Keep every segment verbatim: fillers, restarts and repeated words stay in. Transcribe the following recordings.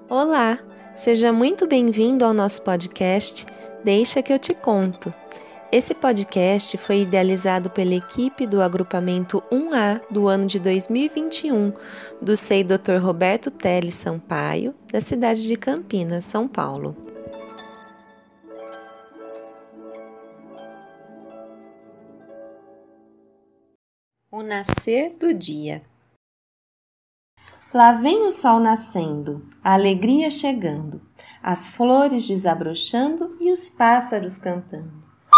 Olá, seja muito bem-vindo ao nosso podcast Deixa que eu te conto. Esse podcast foi idealizado pela equipe do agrupamento um A do ano de dois mil e vinte e um, do S E I doutor Roberto Teles Sampaio, da cidade de Campinas, São Paulo. O nascer do dia. Lá vem o sol nascendo, a alegria chegando, as flores desabrochando e os pássaros cantando.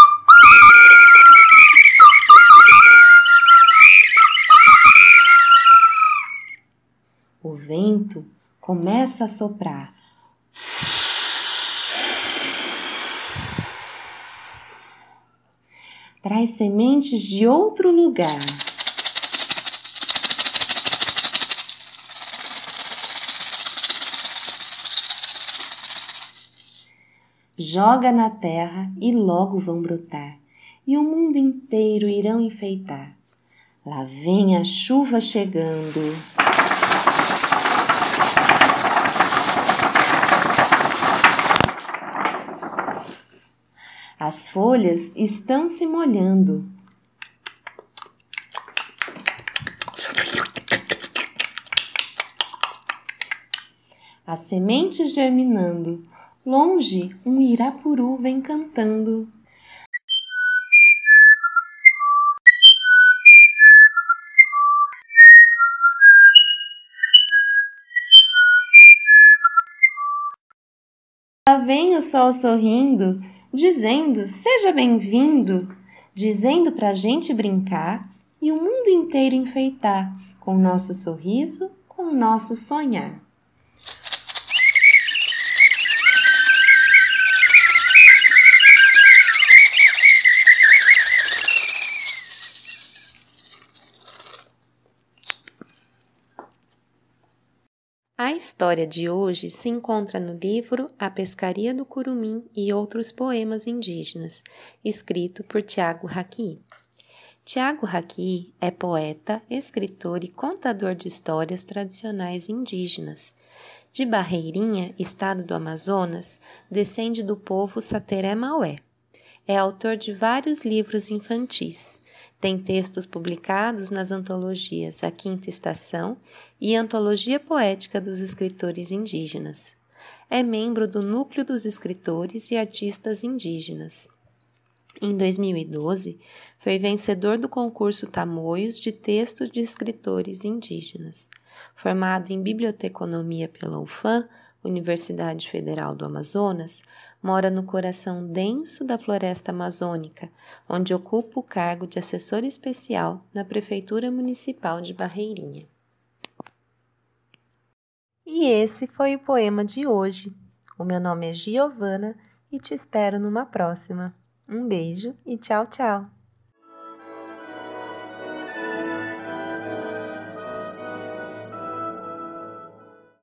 O vento começa a soprar. Traz sementes de outro lugar. Joga na terra e logo vão brotar, e o mundo inteiro irão enfeitar. Lá vem a chuva chegando. As folhas estão se molhando. As sementes germinando. Longe, um irapuru vem cantando. Lá vem o sol sorrindo, dizendo, seja bem-vindo, dizendo pra gente brincar e o mundo inteiro enfeitar, com o nosso sorriso, com o nosso sonhar. A história de hoje se encontra no livro A Pescaria do Curumim e Outros Poemas Indígenas, escrito por Tiago Raqui. Tiago Raqui é poeta, escritor e contador de histórias tradicionais indígenas. De Barreirinha, estado do Amazonas, descende do povo Sateré-Maué. É autor de vários livros infantis. Tem textos publicados nas antologias A Quinta Estação e Antologia Poética dos Escritores Indígenas. É membro do Núcleo dos Escritores e Artistas Indígenas. Em dois mil e doze, foi vencedor do concurso Tamoios de Textos de Escritores Indígenas. Formado em Biblioteconomia pela U F A M, Universidade Federal do Amazonas, mora no coração denso da floresta amazônica, onde ocupa o cargo de assessor especial na Prefeitura Municipal de Barreirinha. E esse foi o poema de hoje. O meu nome é Giovana e te espero numa próxima. Um beijo e tchau, tchau!